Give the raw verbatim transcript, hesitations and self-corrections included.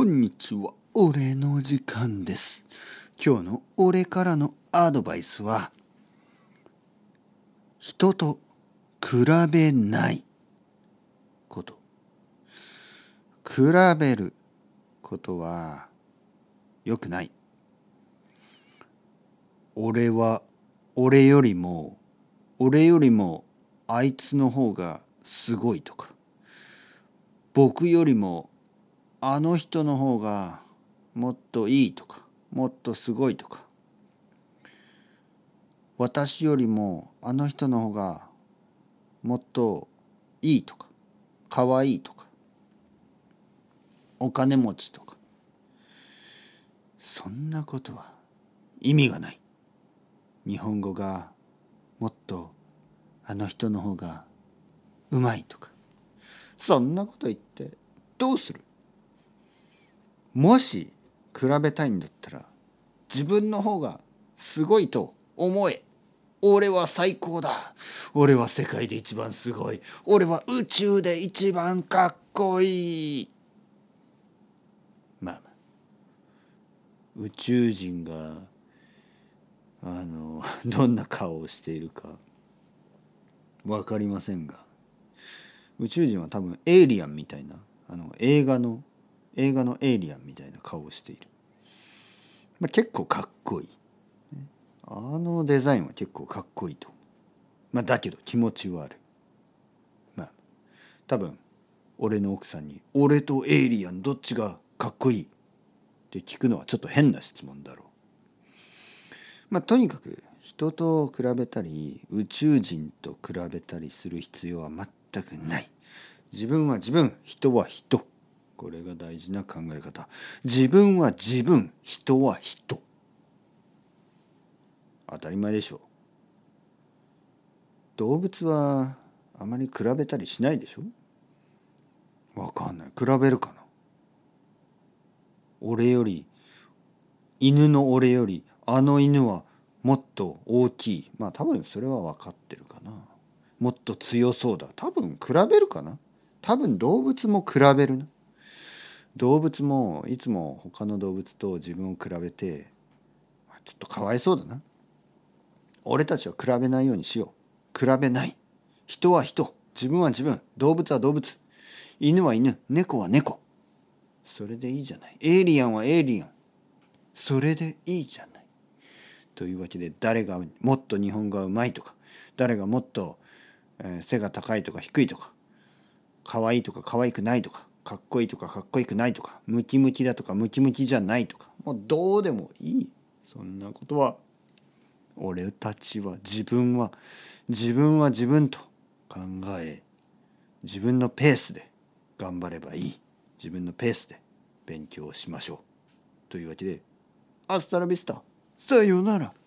こんにちは、俺の時間です。今日の俺からのアドバイスは、人と比べないこと。比べることは良くない。俺は俺よりも俺よりもあいつの方がすごいとか、僕よりもあの人の方がもっといいとか、もっとすごいとか、私よりもあの人の方がもっといいとか、かわいいとか、お金持ちとか、そんなことは意味がない。日本語がもっとあの人の方がうまいとか、そんなこと言ってどうする？もし比べたいんだったら、自分の方がすごいと思え。俺は最高だ。俺は世界で一番すごい。俺は宇宙で一番かっこいい。まあ、宇宙人があのどんな顔をしているかわかりませんが、宇宙人は多分エイリアンみたいな、あの映画の映画のエイリアンみたいな顔をしている。まあ、結構かっこいい。あのデザインは結構かっこいいと思う。まあだけど気持ち悪い。まあ多分俺の奥さんに俺とエイリアンどっちがかっこいいって聞くのはちょっと変な質問だろう。まあとにかく人と比べたり宇宙人と比べたりする必要は全くない。自分は自分、人は人。これが大事な考え方。自分は自分、人は人。当たり前でしょう。動物はあまり比べたりしないでしょ。わかんない。比べるかな。俺より犬の俺よりあの犬はもっと大きい。まあ多分それは分かってるかな。もっと強そうだ。多分比べるかな。多分動物も比べるな。動物もいつも他の動物と自分を比べてちょっとかわいそうだな。俺たちは比べないようにしよう。比べない。人は人。自分は自分。動物は動物。犬は犬。猫は猫。それでいいじゃない。エイリアンはエイリアン。それでいいじゃない。というわけで、誰がもっと日本語がうまいとか、誰がもっと、えー、背が高いとか低いとか、可愛いとか可愛くないとか、かっこいいとかかっこよくないとか、ムキムキだとかムキムキじゃないとか、もうどうでもいい。そんなことは俺たちは自分は自分は自分と考え、自分のペースで頑張ればいい。自分のペースで勉強しましょう。というわけで、アスタラビスタ、さようなら。